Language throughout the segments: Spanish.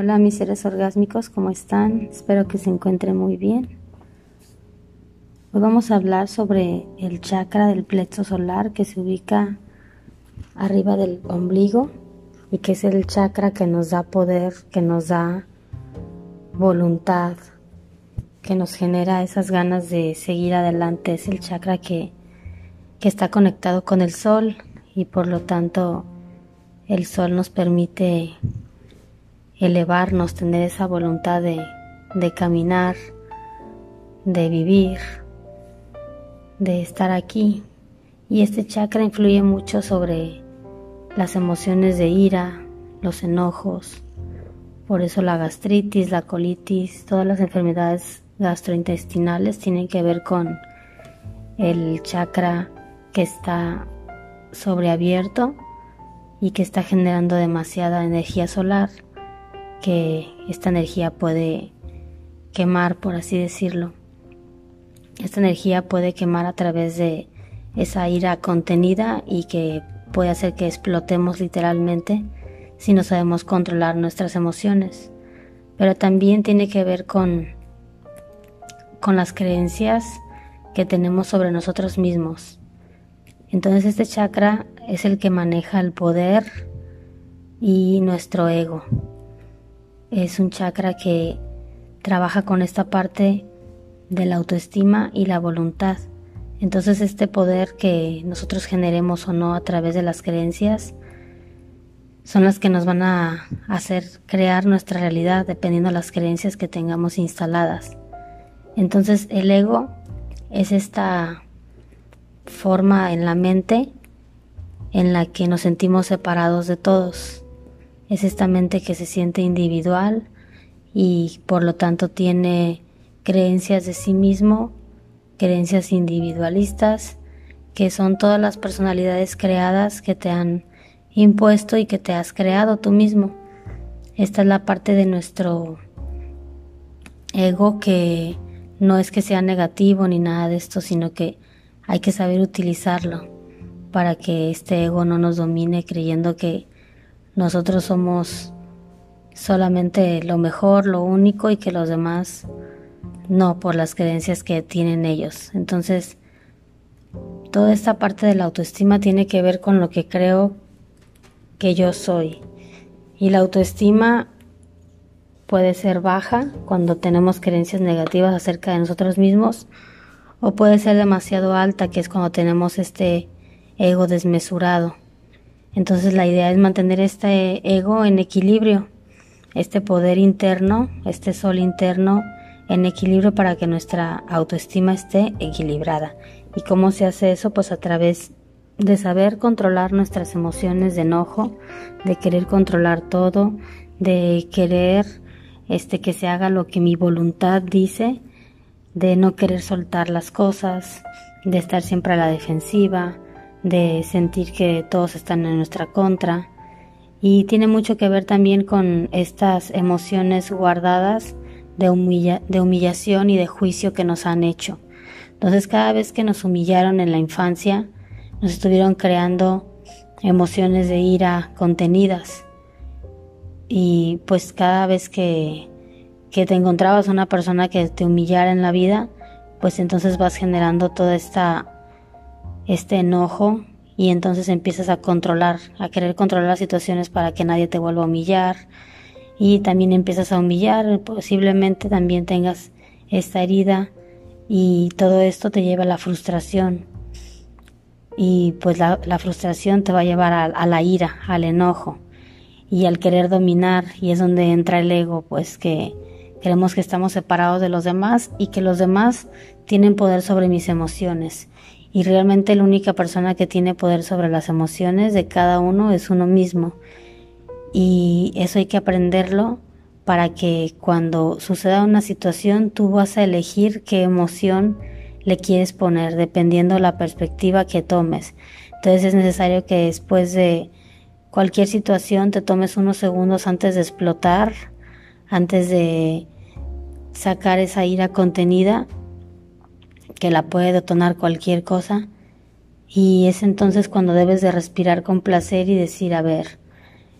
Hola mis seres orgásmicos, ¿cómo están? Espero que se encuentren muy bien. Hoy vamos a hablar sobre el chakra del plexo solar que se ubica arriba del ombligo y que es el chakra que nos da poder, que nos da voluntad, que nos genera esas ganas de seguir adelante. Es el chakra que está conectado con el sol y por lo tanto el sol nos permite elevarnos, tener esa voluntad de caminar, de vivir, de estar aquí. Y este chakra influye mucho sobre las emociones de ira, los enojos. Por eso la gastritis, la colitis, todas las enfermedades gastrointestinales tienen que ver con el chakra que está sobreabierto y que está generando demasiada energía solar, que esta energía puede quemar, por así decirlo. Esta energía puede quemar a través de esa ira contenida y que puede hacer que explotemos literalmente si no sabemos controlar nuestras emociones. Pero también tiene que ver con las creencias que tenemos sobre nosotros mismos. Entonces este chakra es el que maneja el poder y nuestro ego. Es un chakra que trabaja con esta parte de la autoestima y la voluntad. Entonces este poder que nosotros generemos o no a través de las creencias son las que nos van a hacer crear nuestra realidad dependiendo de las creencias que tengamos instaladas. Entonces el ego es esta forma en la mente en la que nos sentimos separados de todos. Es esta mente que se siente individual y por lo tanto tiene creencias de sí mismo, creencias individualistas, que son todas las personalidades creadas que te han impuesto y que te has creado tú mismo. Esta es la parte de nuestro ego que no es que sea negativo ni nada de esto, sino que hay que saber utilizarlo para que este ego no nos domine creyendo que nosotros somos solamente lo mejor, lo único y que los demás no, por las creencias que tienen ellos. Entonces, toda esta parte de la autoestima tiene que ver con lo que creo que yo soy. Y la autoestima puede ser baja cuando tenemos creencias negativas acerca de nosotros mismos, o puede ser demasiado alta, que es cuando tenemos este ego desmesurado. Entonces la idea es mantener este ego en equilibrio, este poder interno, este sol interno en equilibrio para que nuestra autoestima esté equilibrada. ¿Y cómo se hace eso? Pues a través de saber controlar nuestras emociones de enojo, de querer controlar todo, de querer que se haga lo que mi voluntad dice, de no querer soltar las cosas, de estar siempre a la defensiva, de sentir que todos están en nuestra contra. Y tiene mucho que ver también con estas emociones guardadas de humillación y de juicio que nos han hecho. Entonces cada vez que nos humillaron en la infancia, nos estuvieron creando emociones de ira contenidas. Y pues cada vez que te encontrabas una persona que te humillara en la vida, pues entonces vas generando todo este enojo y entonces empiezas a querer controlar las situaciones para que nadie te vuelva a humillar, y también empiezas a humillar, posiblemente también tengas esta herida y todo esto te lleva a la frustración y pues la frustración te va a llevar a la ira, al enojo y al querer dominar, y es donde entra el ego, pues que creemos que estamos separados de los demás y que los demás tienen poder sobre mis emociones. Y realmente la única persona que tiene poder sobre las emociones de cada uno es uno mismo. Y eso hay que aprenderlo para que cuando suceda una situación tú vas a elegir qué emoción le quieres poner dependiendo de la perspectiva que tomes. Entonces es necesario que después de cualquier situación te tomes unos segundos antes de explotar, antes de sacar esa ira contenida que la puede detonar cualquier cosa, y es entonces cuando debes de respirar con placer y decir, a ver,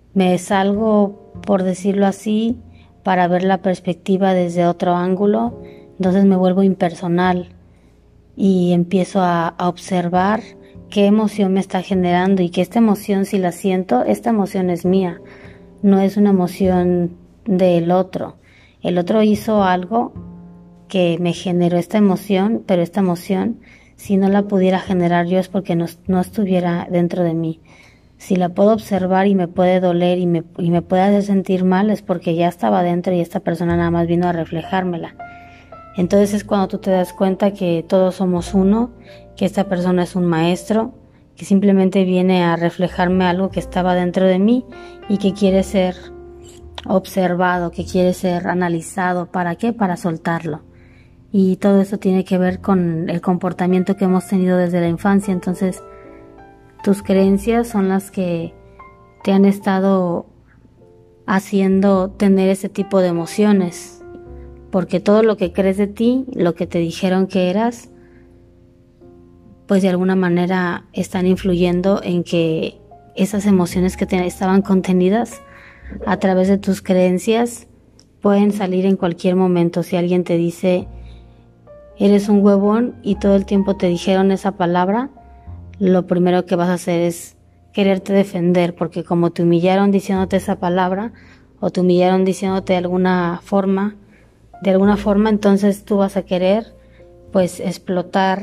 me salgo, por decirlo así, para ver la perspectiva desde otro ángulo, entonces me vuelvo impersonal y empiezo a observar qué emoción me está generando y que esta emoción, si la siento, esta emoción es mía, no es una emoción del otro. El otro hizo algo que me generó esta emoción, pero esta emoción, si no la pudiera generar yo, es porque no estuviera dentro de mí. Si la puedo observar y me puede doler y me puede hacer sentir mal, es porque ya estaba dentro y esta persona nada más vino a reflejármela. Entonces es cuando tú te das cuenta que todos somos uno, que esta persona es un maestro, que simplemente viene a reflejarme algo que estaba dentro de mí y que quiere ser observado, que quiere ser analizado. ¿Para qué? Para soltarlo. Y todo eso tiene que ver con el comportamiento que hemos tenido desde la infancia. Entonces, tus creencias son las que te han estado haciendo tener ese tipo de emociones, porque todo lo que crees de ti, lo que te dijeron que eras, pues de alguna manera están influyendo en que esas emociones que estaban contenidas a través de tus creencias pueden salir en cualquier momento. Si alguien te dice eres un huevón y todo el tiempo te dijeron esa palabra, lo primero que vas a hacer es quererte defender, porque como te humillaron diciéndote esa palabra o te humillaron diciéndote de alguna forma, entonces tú vas a querer pues explotar,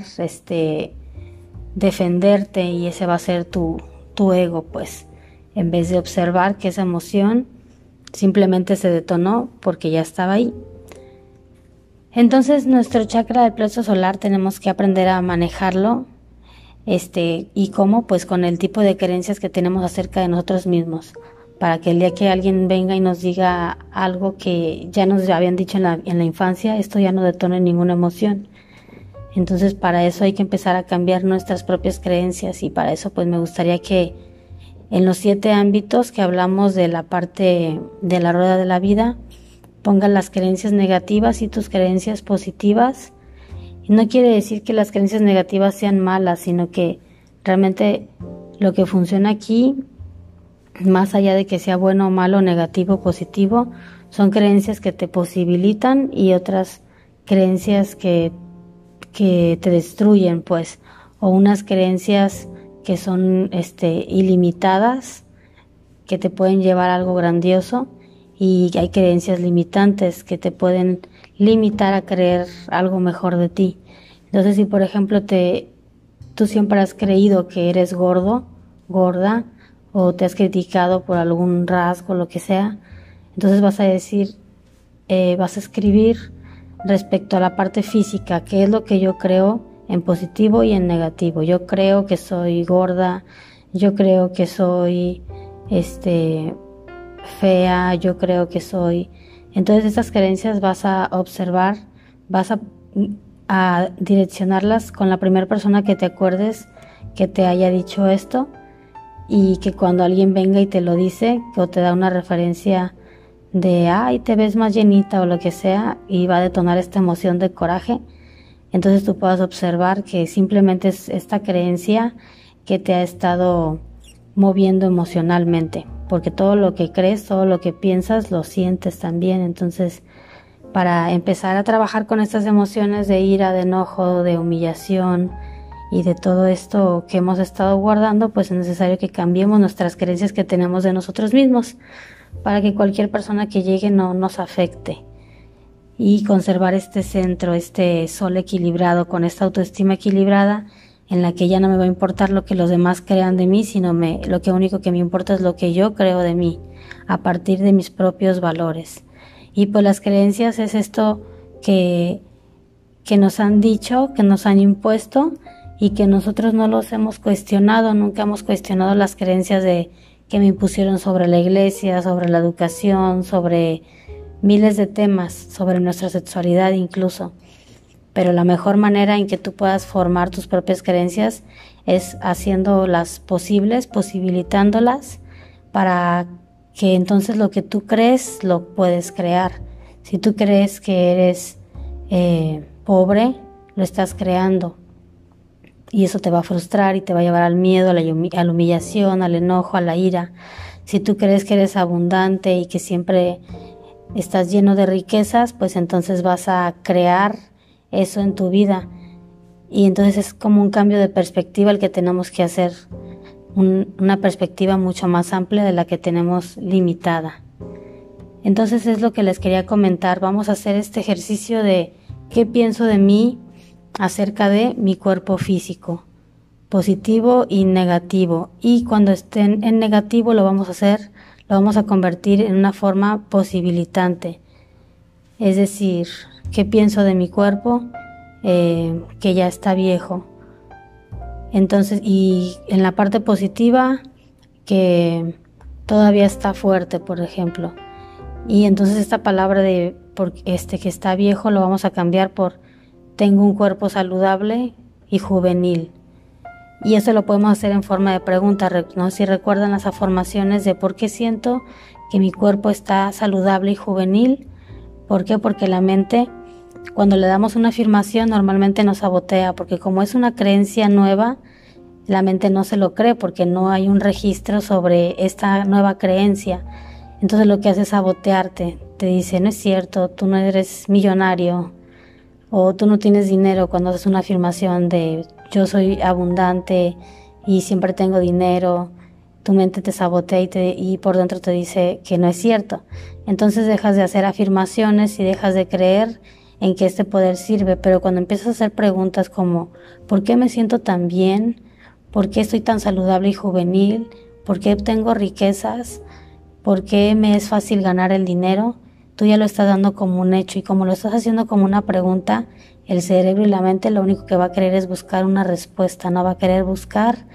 defenderte, y ese va a ser tu ego, pues, en vez de observar que esa emoción simplemente se detonó porque ya estaba ahí. Entonces nuestro chakra del plexo solar tenemos que aprender a manejarlo, y cómo, pues con el tipo de creencias que tenemos acerca de nosotros mismos, para que el día que alguien venga y nos diga algo que ya nos habían dicho en la infancia, esto ya no detone ninguna emoción. Entonces para eso hay que empezar a cambiar nuestras propias creencias, y para eso pues me gustaría que en los 7 ámbitos que hablamos de la parte de la rueda de la vida, pongas las creencias negativas y tus creencias positivas. Y no quiere decir que las creencias negativas sean malas, sino que realmente lo que funciona aquí, más allá de que sea bueno o malo, negativo o positivo, son creencias que te posibilitan y otras creencias que te destruyen, pues, o unas creencias que son ilimitadas, que te pueden llevar a algo grandioso, y hay creencias limitantes que te pueden limitar a creer algo mejor de ti. Entonces, si por ejemplo tú siempre has creído que eres gordo, gorda, o te has criticado por algún rasgo, lo que sea, entonces vas a decir, vas a escribir respecto a la parte física, qué es lo que yo creo en positivo y en negativo. Yo creo que soy gorda, yo creo que soy fea, yo creo que soy... Entonces estas creencias vas a observar, vas a direccionarlas con la primera persona que te acuerdes que te haya dicho esto, y que cuando alguien venga y te lo dice o te da una referencia de ay, te ves más llenita o lo que sea, y va a detonar esta emoción de coraje, entonces tú puedas observar que simplemente es esta creencia que te ha estado moviendo emocionalmente, porque todo lo que crees, todo lo que piensas, lo sientes también. Entonces, para empezar a trabajar con estas emociones de ira, de enojo, de humillación y de todo esto que hemos estado guardando, pues es necesario que cambiemos nuestras creencias que tenemos de nosotros mismos, para que cualquier persona que llegue no nos afecte, y conservar este centro, este sol equilibrado, con esta autoestima equilibrada, en la que ya no me va a importar lo que los demás crean de mí, sino lo que único que me importa es lo que yo creo de mí, a partir de mis propios valores. Y pues las creencias es esto que nos han dicho, que nos han impuesto, y que nosotros no los hemos cuestionado. Nunca hemos cuestionado las creencias que me impusieron sobre la iglesia, sobre la educación, sobre miles de temas, sobre nuestra sexualidad incluso. Pero la mejor manera en que tú puedas formar tus propias creencias es haciéndolas posibles, posibilitándolas, para que entonces lo que tú crees lo puedes crear. Si tú crees que eres pobre, lo estás creando, y eso te va a frustrar y te va a llevar al miedo, a la humillación, al enojo, a la ira. Si tú crees que eres abundante y que siempre estás lleno de riquezas, pues entonces vas a crear eso en tu vida. Y entonces es como un cambio de perspectiva el que tenemos que hacer, una perspectiva mucho más amplia de la que tenemos limitada. Entonces es lo que les quería comentar. Vamos a hacer este ejercicio de qué pienso de mí acerca de mi cuerpo físico, positivo y negativo. Y cuando esté en negativo lo vamos a convertir en una forma posibilitante. Es decir, qué pienso de mi cuerpo que ya está viejo. Entonces, y en la parte positiva, que todavía está fuerte, por ejemplo. Y entonces esta palabra de que está viejo lo vamos a cambiar por tengo un cuerpo saludable y juvenil. Y eso lo podemos hacer en forma de pregunta, ¿no? Si recuerdan las afirmaciones de por qué siento que mi cuerpo está saludable y juvenil. ¿Por qué? Porque la mente, cuando le damos una afirmación, normalmente nos sabotea, porque como es una creencia nueva, la mente no se lo cree porque no hay un registro sobre esta nueva creencia. Entonces lo que hace es sabotearte. Te dice, no es cierto, tú no eres millonario o tú no tienes dinero cuando haces una afirmación de yo soy abundante y siempre tengo dinero. Tu mente te sabotea y por dentro te dice que no es cierto. Entonces dejas de hacer afirmaciones y dejas de creer en que este poder sirve. Pero cuando empiezas a hacer preguntas como ¿por qué me siento tan bien? ¿Por qué estoy tan saludable y juvenil? ¿Por qué tengo riquezas? ¿Por qué me es fácil ganar el dinero? Tú ya lo estás dando como un hecho y como lo estás haciendo como una pregunta, el cerebro y la mente lo único que va a querer es buscar una respuesta, no va a querer buscar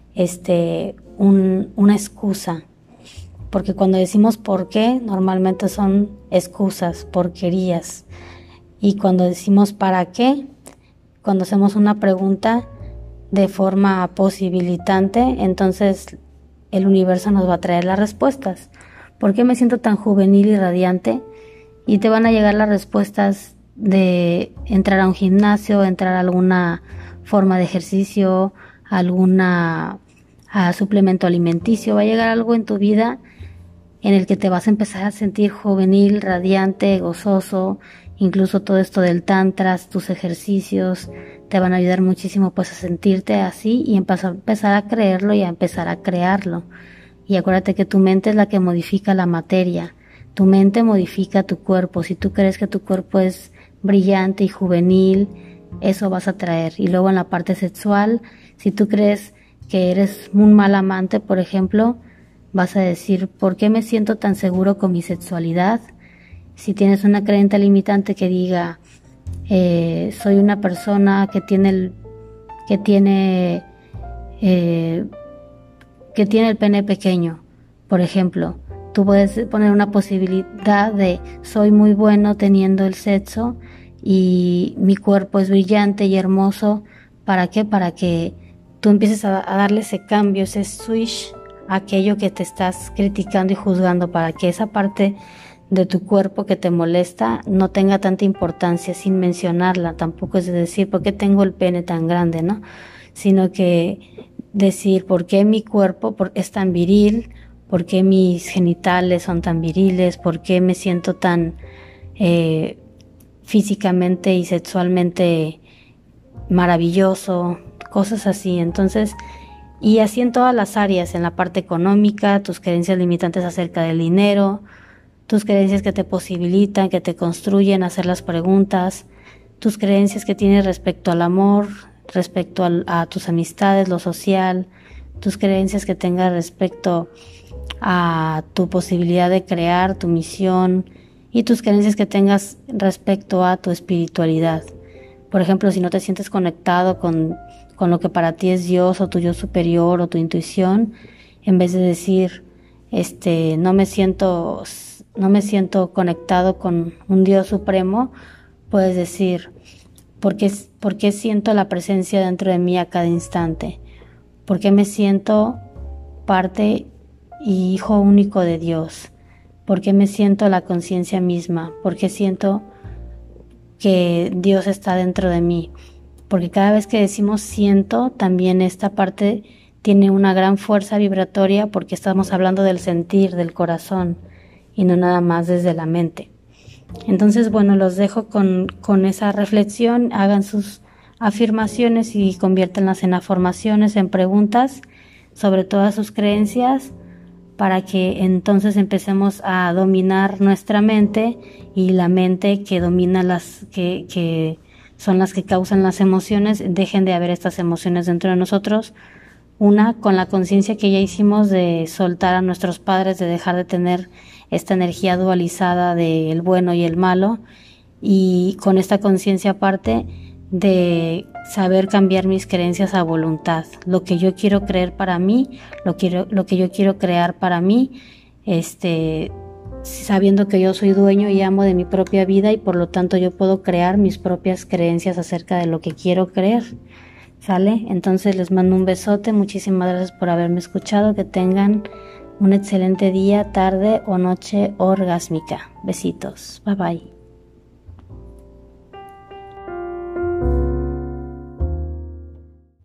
una excusa. Porque cuando decimos por qué, normalmente son excusas, porquerías. Y cuando decimos para qué, cuando hacemos una pregunta de forma posibilitante, entonces el universo nos va a traer las respuestas. ¿Por qué me siento tan juvenil y radiante? Y te van a llegar las respuestas de entrar a un gimnasio, entrar a alguna forma de ejercicio, a suplemento alimenticio. Va a llegar algo en tu vida en el que te vas a empezar a sentir juvenil, radiante, gozoso. Incluso todo esto del tantra, tus ejercicios te van a ayudar muchísimo pues a sentirte así y empezar a creerlo y a empezar a crearlo. Y acuérdate que tu mente es la que modifica la materia. Tu mente modifica tu cuerpo. Si tú crees que tu cuerpo es brillante y juvenil, eso vas a traer. Y luego en la parte sexual, si tú crees que eres un mal amante, por ejemplo, vas a decir, ¿por qué me siento tan seguro con mi sexualidad? Si tienes una creencia limitante que diga, soy una persona que tiene el pene pequeño, por ejemplo, tú puedes poner una posibilidad de soy muy bueno teniendo el sexo y mi cuerpo es brillante y hermoso. ¿Para qué? Para que tú empieces a darle ese cambio, ese switch a aquello que te estás criticando y juzgando, para que esa parte de tu cuerpo que te molesta no tenga tanta importancia, sin mencionarla. Tampoco es de decir ¿por qué tengo el pene tan grande?, ¿no? Sino que decir ¿por qué mi cuerpo es tan viril? ¿Por qué mis genitales son tan viriles? ¿Por qué me siento tan físicamente y sexualmente maravilloso? Cosas así. Entonces, y así en todas las áreas, en la parte económica, tus creencias limitantes acerca del dinero, tus creencias que te posibilitan, que te construyen, hacer las preguntas, tus creencias que tienes respecto al amor, respecto a tus amistades, lo social, tus creencias que tengas respecto a tu posibilidad de crear, tu misión, y tus creencias que tengas respecto a tu espiritualidad. Por ejemplo, si no te sientes conectado con lo que para ti es Dios o tu yo superior o tu intuición, en vez de decir, no me siento conectado con un Dios supremo, puedes decir, ¿por qué siento la presencia dentro de mí a cada instante? ¿Por qué me siento parte y hijo único de Dios? ¿Por qué me siento la conciencia misma? ¿Por qué siento que Dios está dentro de mí? Porque cada vez que decimos siento, también esta parte tiene una gran fuerza vibratoria porque estamos hablando del sentir, del corazón y no nada más desde la mente. Entonces, bueno, los dejo con esa reflexión, hagan sus afirmaciones y conviértanlas en afirmaciones, en preguntas sobre todas sus creencias, para que entonces empecemos a dominar nuestra mente, y la mente que domina que son las que causan las emociones, dejen de haber estas emociones dentro de nosotros. Una, con la conciencia que ya hicimos de soltar a nuestros padres, de dejar de tener esta energía dualizada del bueno y el malo, y con esta conciencia aparte de saber cambiar mis creencias a voluntad, lo que yo quiero creer para mí, lo que yo quiero crear para mí, sabiendo que yo soy dueño y amo de mi propia vida, y por lo tanto yo puedo crear mis propias creencias acerca de lo que quiero creer. ¿Sale? Entonces les mando un besote, muchísimas gracias por haberme escuchado, que tengan un excelente día, tarde o noche orgásmica. Besitos, bye bye.